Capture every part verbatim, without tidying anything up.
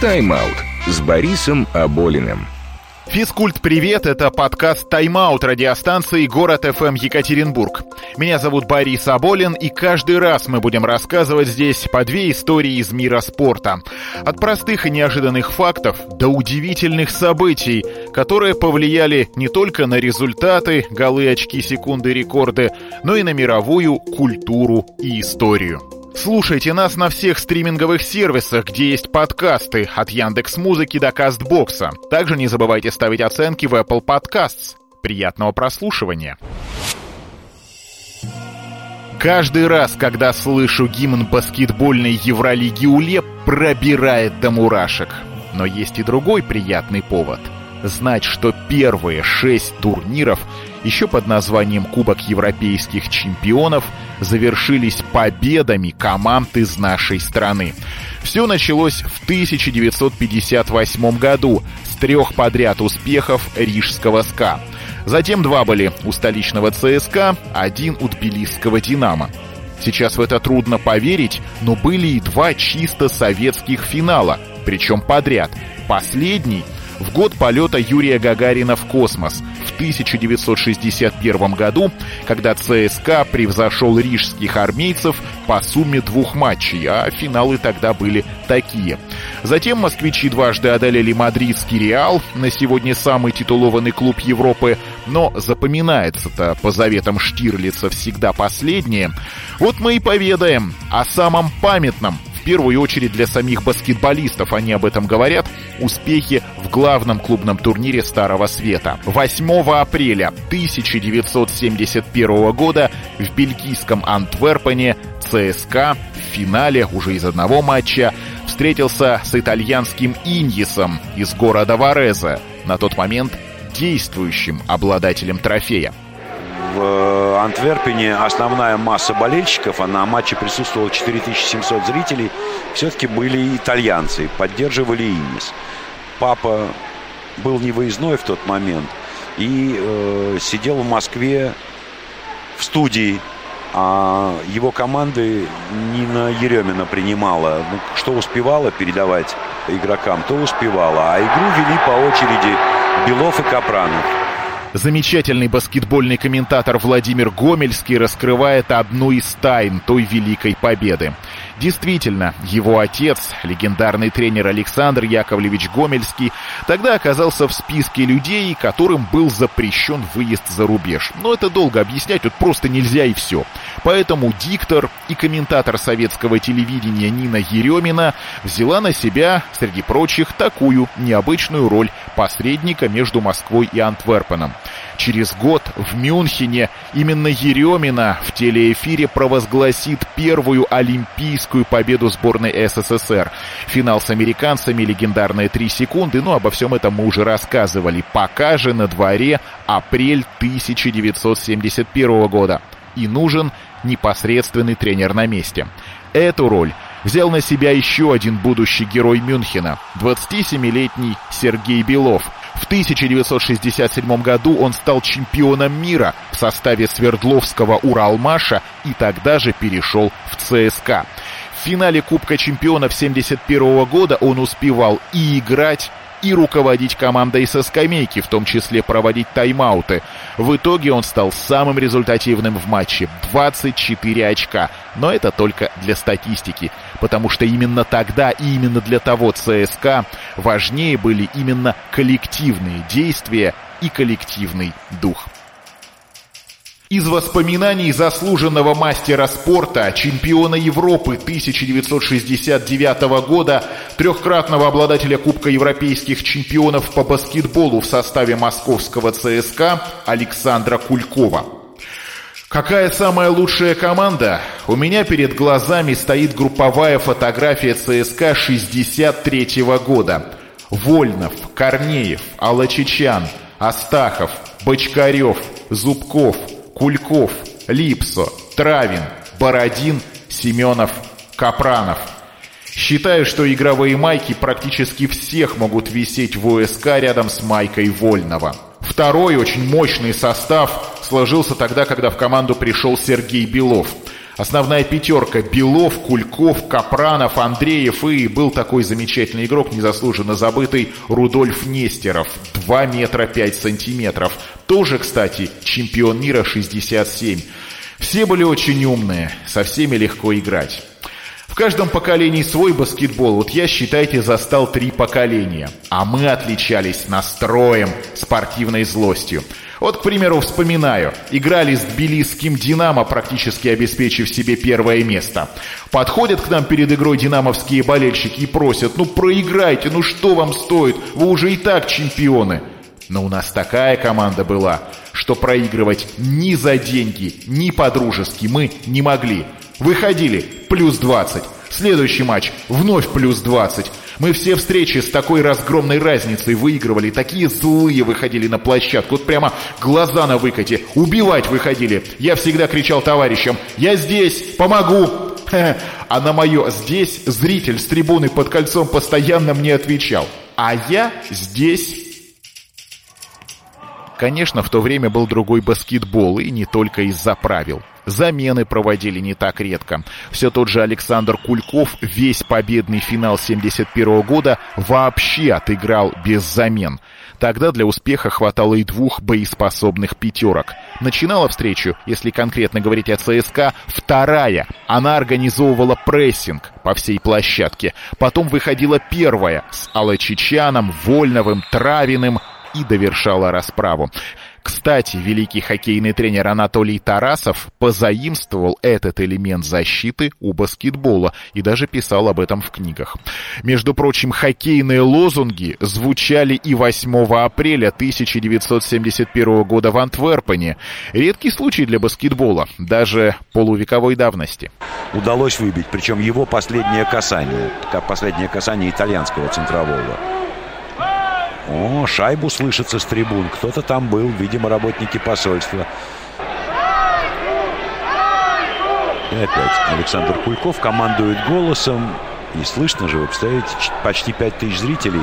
Тайм-аут с Борисом Аболиным. Физкульт, привет! Это подкаст «Тайм-аут» радиостанции «Город эф эм Екатеринбург». Меня зовут Борис Аболин, и каждый раз мы будем рассказывать здесь по две истории из мира спорта. От простых и неожиданных фактов до удивительных событий, которые повлияли не только на результаты, голы, очки, секунды, рекорды, но и на мировую культуру и историю. Слушайте нас на всех стриминговых сервисах, где есть подкасты, от Яндекс.Музыки до Кастбокса. Также не забывайте ставить оценки в Apple Podcasts. Приятного прослушивания. Каждый раз, когда слышу гимн баскетбольной Евролиги УЛЕ, пробирает до мурашек. Но есть и другой приятный повод. Знать, что первые шесть турниров, еще под названием Кубок Европейских Чемпионов, завершились победами команд из нашей страны. Все началось в тысяча девятьсот пятьдесят восьмом году с трех подряд успехов рижского СКА. Затем два были у столичного ЦСКА, один у тбилисского «Динамо». Сейчас в это трудно поверить, но были и два чисто советских финала, причем подряд. Последний в год полета Юрия Гагарина в космос в тысяча девятьсот шестьдесят первом году, когда ЦСКА превзошел рижских армейцев по сумме двух матчей, а финалы тогда были такие. Затем москвичи дважды одолели мадридский «Реал», на сегодня самый титулованный клуб Европы, но запоминается-то по заветам Штирлица всегда последнее. Вот мы и поведаем о самом памятном, в первую очередь для самих баскетболистов, они об этом говорят, успехи в главном клубном турнире Старого Света. восьмого апреля тысяча девятьсот семьдесят первого года в бельгийском Антверпене ЦСКА в финале уже из одного матча встретился с итальянским «Иньесом» из города Вареза, на тот момент действующим обладателем трофея. В Антверпене основная масса болельщиков, а на матче присутствовало четыре тысячи семьсот зрителей, все-таки были итальянцы, поддерживали «Иньес». Папа был не выездной в тот момент и э, сидел в Москве в студии, а его команды Нина Еремина принимала. Ну, что успевала передавать игрокам, то успевала, а игру вели по очереди Белов и Капранов. Замечательный баскетбольный комментатор Владимир Гомельский раскрывает одну из тайн той великой победы. Действительно, его отец, легендарный тренер Александр Яковлевич Гомельский, тогда оказался в списке людей, которым был запрещен выезд за рубеж. Но это долго объяснять, тут просто нельзя и все. Поэтому диктор и комментатор советского телевидения Нина Еремина взяла на себя, среди прочих, такую необычную роль посредника между Москвой и Антверпеном. Через год в Мюнхене именно Еремина в телеэфире провозгласит первую олимпийскую победу сборной СССР. Финал с американцами, легендарные три секунды, но обо всем этом мы уже рассказывали. Пока же на дворе апрель тысяча девятьсот семьдесят первого года. И нужен непосредственный тренер на месте. Эту роль взял на себя еще один будущий герой Мюнхена, двадцатисемилетний Сергей Белов. В тысяча девятьсот шестьдесят седьмом году он стал чемпионом мира в составе Свердловского «Уралмаша» и тогда же перешел в ЦСКА. В финале Кубка чемпионов семьдесят первого года он успевал и играть, и руководить командой со скамейки, в том числе проводить тайм-ауты. В итоге он стал самым результативным в матче – двадцать четыре очка. Но это только для статистики, потому что именно тогда и именно для того ЦСКА важнее были именно коллективные действия и коллективный дух. Из воспоминаний заслуженного мастера спорта, чемпиона Европы тысяча девятьсот шестьдесят девятого года, трехкратного обладателя Кубка Европейских Чемпионов по баскетболу в составе московского ЦСКА Александра Кулькова. Какая самая лучшая команда? У меня перед глазами стоит групповая фотография ЦСКА шестьдесят третьего года. Вольнов, Корнеев, Алачичан, Астахов, Бочкарев, Зубков, Кульков, Липсо, Травин, Бородин, Семенов, Капранов. Считаю, что игровые майки практически всех могут висеть в УСК рядом с майкой Вольного. Второй очень мощный состав сложился тогда, когда в команду пришел Сергей Белов. Основная пятерка: Белов, Кульков, Капранов, Андреев и был такой замечательный игрок, незаслуженно забытый, Рудольф Нестеров, два метра пять сантиметров. Тоже, кстати, чемпион мира шестьдесят семь. Все были очень умные, со всеми легко играть. В каждом поколении свой баскетбол. Вот я, считайте, застал три поколения. А мы отличались настроем, спортивной злостью. Вот, к примеру, вспоминаю. Играли с тбилисским «Динамо», практически обеспечив себе первое место. Подходят к нам перед игрой динамовские болельщики и просят: ну проиграйте, ну что вам стоит, вы уже и так чемпионы. Но у нас такая команда была, что проигрывать ни за деньги, ни по-дружески мы не могли. Выходили плюс двадцать. Следующий матч вновь плюс двадцать. Мы все встречи с такой разгромной разницей выигрывали. Такие злые выходили на площадку. Вот прямо глаза на выкате. Убивать выходили. Я всегда кричал товарищам: я здесь, помогу. А на мое «здесь» зритель с трибуны под кольцом постоянно мне отвечал: а я здесь. Конечно, в то время был другой баскетбол, и не только из-за правил. Замены проводили не так редко. Все тот же Александр Кульков весь победный финал семьдесят первого года вообще отыграл без замен. Тогда для успеха хватало и двух боеспособных пятерок. Начинала встречу, если конкретно говорить о ЦСКА, вторая. Она организовывала прессинг по всей площадке. Потом выходила первая с Алачичаном, Вольновым, Травиным и довершала расправу. Кстати, великий хоккейный тренер Анатолий Тарасов позаимствовал этот элемент защиты у баскетбола и даже писал об этом в книгах. Между прочим, хоккейные лозунги звучали и восьмого апреля тысяча девятьсот семьдесят первого года в Антверпене. Редкий случай для баскетбола, даже полувековой давности. Удалось выбить, причем его последнее касание, последнее касание итальянского центрового. О, шайбу слышится с трибун. Кто-то там был, видимо, работники посольства. И опять Александр Кульков командует голосом. И слышно же, вы представляете, почти пять тысяч зрителей.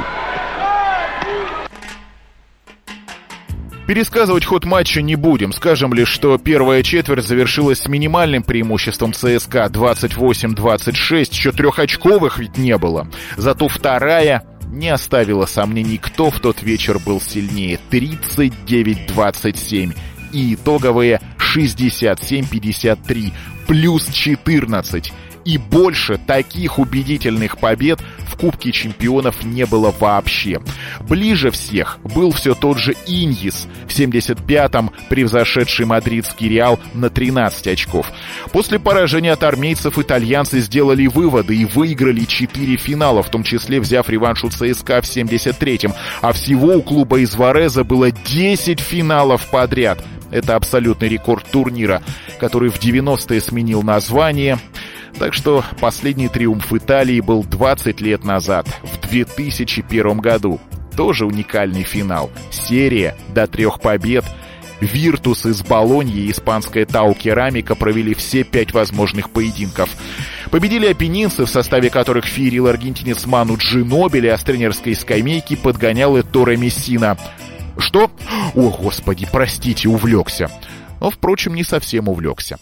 Пересказывать ход матча не будем. Скажем лишь, что первая четверть завершилась с минимальным преимуществом ЦСКА двадцать восемь двадцать шесть. Еще трехочковых ведь не было. Зато вторая не оставила сомнений, кто в тот вечер был сильнее. тридцать девять двадцать семь. И итоговые шестьдесят семь пятьдесят три. Плюс четырнадцать. И больше таких убедительных побед в Кубке чемпионов не было вообще. Ближе всех был все тот же Иньис, в семьдесят пятом превзошедший мадридский Реал на тринадцать очков. После поражения от армейцев итальянцы сделали выводы и выиграли четыре финала, в том числе взяв реванш у ЦСКА в семьдесят третьем. А всего у клуба из Вареза было десять финалов подряд. Это абсолютный рекорд турнира, который в девяностые сменил название. Так что последний триумф Италии был двадцать лет назад, в две тысячи первом году. Тоже уникальный финал. Серия до трех побед. Виртус из Болоньи и испанская Тау Керамика провели все пять возможных поединков. Победили апеннинцы, в составе которых феерил аргентинец Ману Джинобили, а с тренерской скамейки подгонял Этторе Мессина. Что? О, господи, простите, увлекся. Но, впрочем, не совсем увлекся.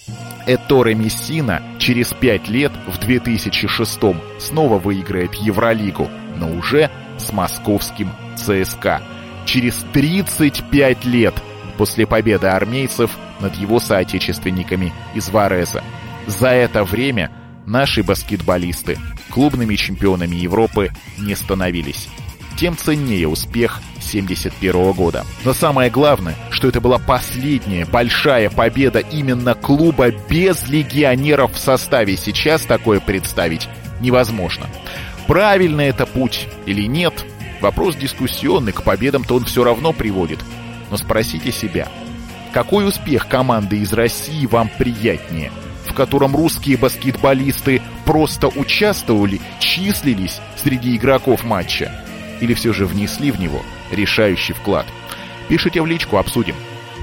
Этторе Мессина через пять лет, в две тысячи шестом, снова выиграет Евролигу, но уже с московским ЦСКА. Через тридцать пять лет после победы армейцев над его соотечественниками из Вареза. За это время наши баскетболисты клубными чемпионами Европы не становились. Тем ценнее успех семьдесят первого года. Но самое главное, что это была последняя большая победа именно клуба без легионеров в составе. Сейчас такое представить невозможно. Правильный это путь или нет? Вопрос дискуссионный, к победам-то он все равно приводит. Но спросите себя, какой успех команды из России вам приятнее? В котором русские баскетболисты просто участвовали, числились среди игроков матча? Или все же внесли в него решающий вклад? Пишите в личку, обсудим.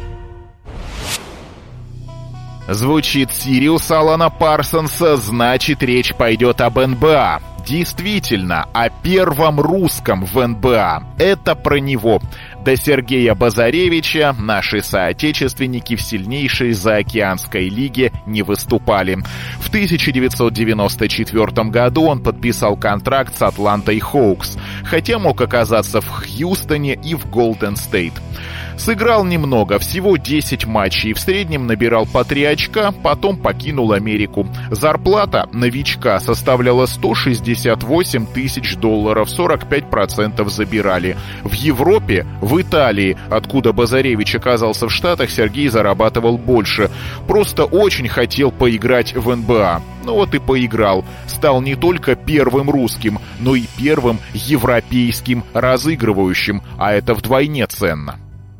Звучит Сириус Алана Парсонса, значит, речь пойдет об эн бэ а. Действительно, о первом русском в эн бэ а. Это про него. До Сергея Базаревича наши соотечественники в сильнейшей заокеанской лиге не выступали. В тысяча девятьсот девяносто четвёртом году он подписал контракт с Атлантой Хоукс, хотя мог оказаться в Хьюстоне и в Голден Стейт. Сыграл немного, всего десять матчей, в среднем набирал по три очка, потом покинул Америку. Зарплата новичка составляла сто шестьдесят восемь тысяч долларов, сорок пять процентов забирали. В Европе, в Италии, откуда Базаревич оказался в Штатах, Сергей зарабатывал больше. Просто очень хотел поиграть в эн бэ а. Ну вот и поиграл. Стал не только первым русским, но и первым европейским разыгрывающим, а это вдвойне ценно.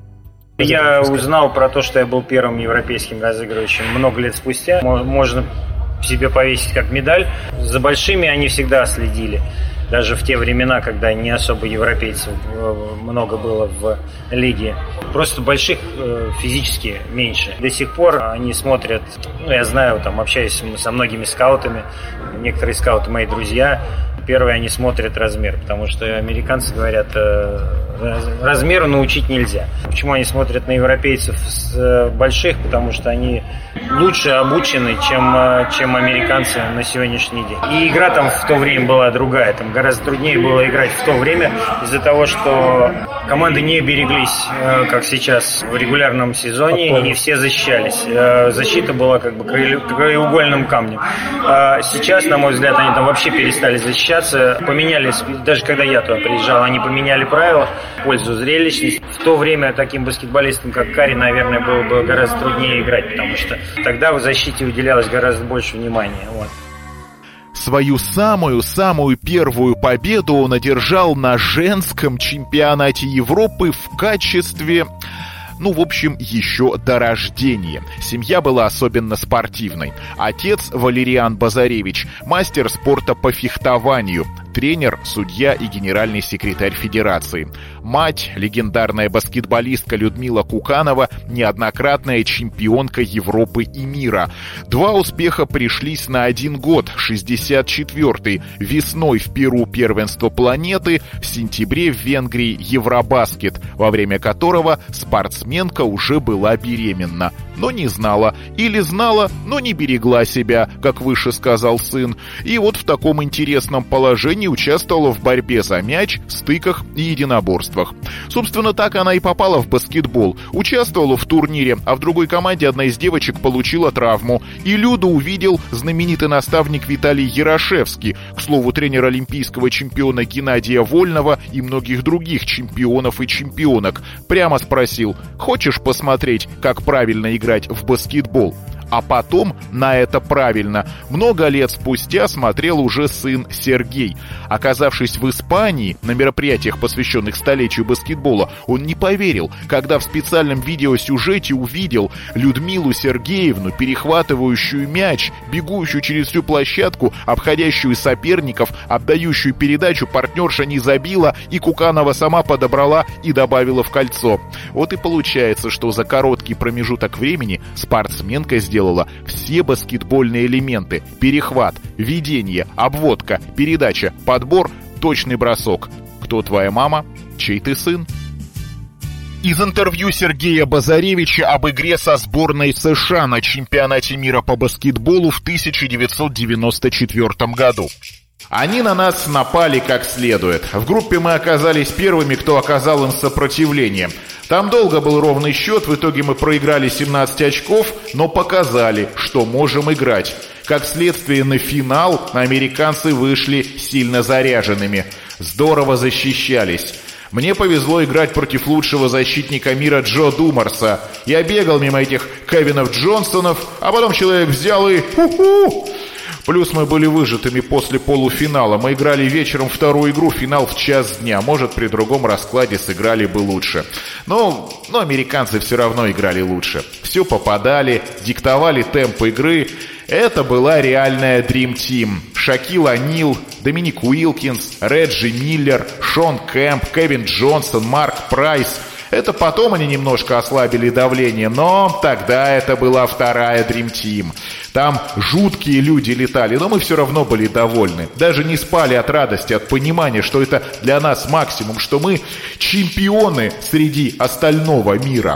Я узнал про то, что я был первым европейским разыгрывающим много лет спустя. Можно себе повесить как медаль. За большими они всегда следили. Даже в те времена, когда не особо европейцев много было в лиге. Просто больших физически меньше. До сих пор они смотрят, ну я знаю, там общаюсь со многими скаутами. Некоторые скауты мои друзья. Первые они смотрят размер, потому что американцы говорят, размеру научить нельзя. Почему они смотрят на европейцев с больших? Потому что они лучше обучены, чем, чем американцы на сегодняшний день. И игра там в то время была другая. Там гораздо труднее было играть в то время из-за того, что команды не береглись, как сейчас в регулярном сезоне, и не все защищались. Защита была как бы краеугольным камнем. А сейчас, на мой взгляд, они там вообще перестали защищаться. Поменялись, даже когда я туда приезжал, они поменяли правила в пользу зрелищности. В то время таким баскетболистам, как Карри, наверное, было бы гораздо труднее играть, потому что тогда в защите уделялось гораздо больше внимания. Вот. Свою самую-самую первую победу он одержал на женском чемпионате Европы в качестве... Ну, в общем, еще до рождения. Семья была особенно спортивной. Отец Валериан Базаревич, мастер спорта по фехтованию, тренер, судья и генеральный секретарь федерации. Мать, легендарная баскетболистка Людмила Куканова, неоднократная чемпионка Европы и мира. Два успеха пришлись на один год, шестьдесят четвёртый. Весной в Перу первенство планеты, в сентябре в Венгрии Евробаскет, во время которого спортсменка уже была беременна, но не знала. Или знала, но не берегла себя, как выше сказал сын. И вот в таком интересном положении участвовала в борьбе за мяч, стыках и единоборствах. Собственно, так она и попала в баскетбол. Участвовала в турнире, а в другой команде одна из девочек получила травму. И Люду увидел знаменитый наставник Виталий Ярошевский, к слову, тренер олимпийского чемпиона Геннадия Вольного и многих других чемпионов и чемпионок. Прямо спросил: «Хочешь посмотреть, как правильно играть в баскетбол?» А потом на это правильно много лет спустя смотрел уже сын Сергей. Оказавшись в Испании на мероприятиях, посвященных столетию баскетбола, он не поверил, когда в специальном видеосюжете увидел Людмилу Сергеевну, перехватывающую мяч, бегущую через всю площадку, обходящую соперников, отдающую передачу, партнерша не забила, и Куканова сама подобрала и добавила в кольцо. Вот и получается, что за короткий промежуток времени спортсменка сделала все баскетбольные элементы: перехват, ведение, обводка, передача, подбор, точный бросок. Кто твоя мама? Чей ты сын? Из интервью Сергея Базаревича об игре со сборной США на чемпионате мира по баскетболу в тысяча девятьсот девяносто четвёртом году. Они на нас напали как следует. В группе мы оказались первыми, кто оказал им сопротивление. Там долго был ровный счет, в итоге мы проиграли семнадцать очков, но показали, что можем играть. Как следствие, на финал американцы вышли сильно заряженными. Здорово защищались. Мне повезло играть против лучшего защитника мира Джо Думарса. Я бегал мимо этих Кевинов Джонсонов, а потом человек взял и... Ху-ху! Плюс мы были выжатыми после полуфинала. Мы играли вечером вторую игру, финал в час дня. Может, при другом раскладе сыграли бы лучше. Но, но американцы все равно играли лучше. Все попадали, диктовали темп игры. Это была реальная Dream Team. Шакил О'Нил, Доминик Уилкинс, Реджи Миллер, Шон Кэмп, Кевин Джонсон, Марк Прайс. Это потом они немножко ослабили давление, но тогда это была вторая Dream Team. Там жуткие люди летали, но мы все равно были довольны. Даже не спали от радости, от понимания, что это для нас максимум, что мы чемпионы среди остального мира.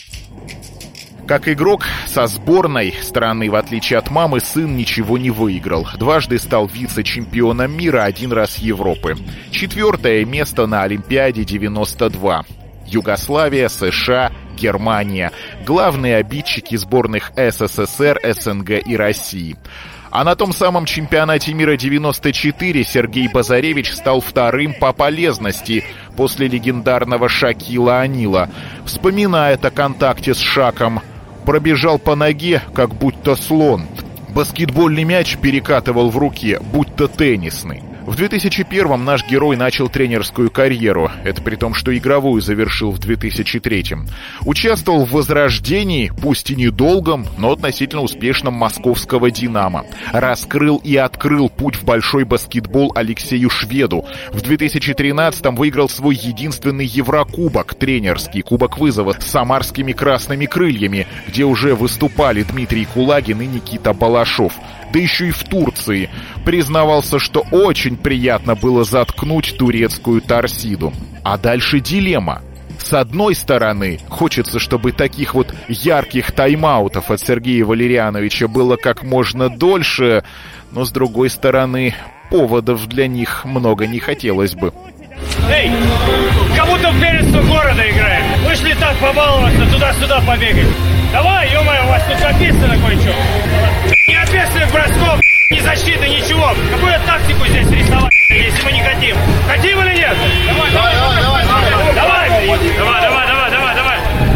Как игрок со сборной страны, в отличие от мамы, сын ничего не выиграл. Дважды стал вице-чемпионом мира, один раз Европы. Четвертое место на Олимпиаде девяносто два. Югославия, США, Германия. Главные обидчики сборных СССР, СНГ и России. А на том самом чемпионате мира девяносто четыре Сергей Базаревич стал вторым по полезности после легендарного Шакила Онила. Вспоминает о контакте с Шаком. Пробежал по ноге, как будто слон. Баскетбольный мяч перекатывал в руке, будто теннисный. В две тысячи первом наш герой начал тренерскую карьеру. Это при том, что игровую завершил в две тысячи третьем. Участвовал в возрождении, пусть и недолгом, но относительно успешном московского «Динамо». Раскрыл и открыл путь в большой баскетбол Алексею Шведу. В две тысячи тринадцатом выиграл свой единственный Еврокубок, тренерский кубок вызова с самарскими «Красными крыльями», где уже выступали Дмитрий Кулагин и Никита Балашов. Да еще и в Турции. Признавался, что очень приятно было заткнуть турецкую торсиду. А дальше дилемма. С одной стороны, хочется, чтобы таких вот ярких тайм-аутов от Сергея Валерьяновича было как можно дольше, но с другой стороны, поводов для них много не хотелось бы. Эй, как будто в первенство города играем. Вышли так побаловаться, туда-сюда побегать. Давай, ё-моё, у вас тут записано кое-что. Ни ответственных бросков, ни защиты, ничего. Какую тактику здесь рисовать, если мы не хотим? Хотим или нет? Давай, давай, давай, давай, давай, давай, давай, давай, давай, давай, давай.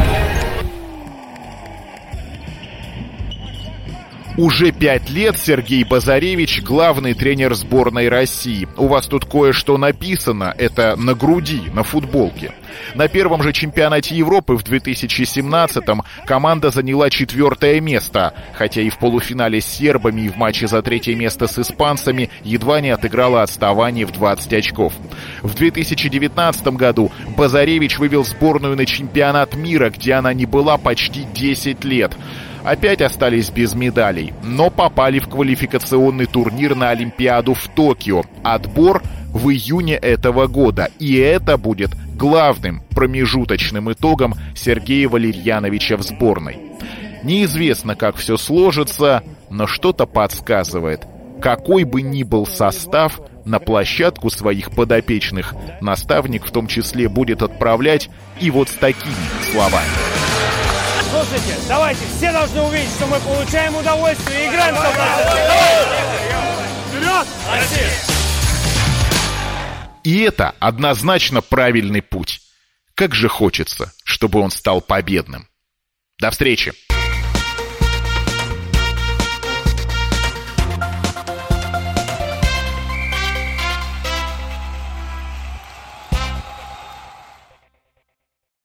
Уже пять лет Сергей Базаревич главный тренер сборной России. У вас тут кое-что написано, это на груди, на футболке. На первом же чемпионате Европы в две тысячи семнадцатом команда заняла четвертое место, хотя и в полуфинале с сербами и в матче за третье место с испанцами едва не отыграла отставание в двадцать очков. В две тысячи девятнадцатом году Базаревич вывел сборную на чемпионат мира, где она не была почти десять лет. Опять остались без медалей, но попали в квалификационный турнир на Олимпиаду в Токио. Отбор в июне этого года. И это будет главным промежуточным итогом Сергея Валерьяновича в сборной. Неизвестно, как все сложится, но что-то подсказывает. Какой бы ни был состав, на площадку своих подопечных наставник в том числе будет отправлять и вот с такими словами. Слушайте, давайте, все должны увидеть, что мы получаем удовольствие и играем. Вперед! Россия! И это однозначно правильный путь. Как же хочется, чтобы он стал победным. До встречи!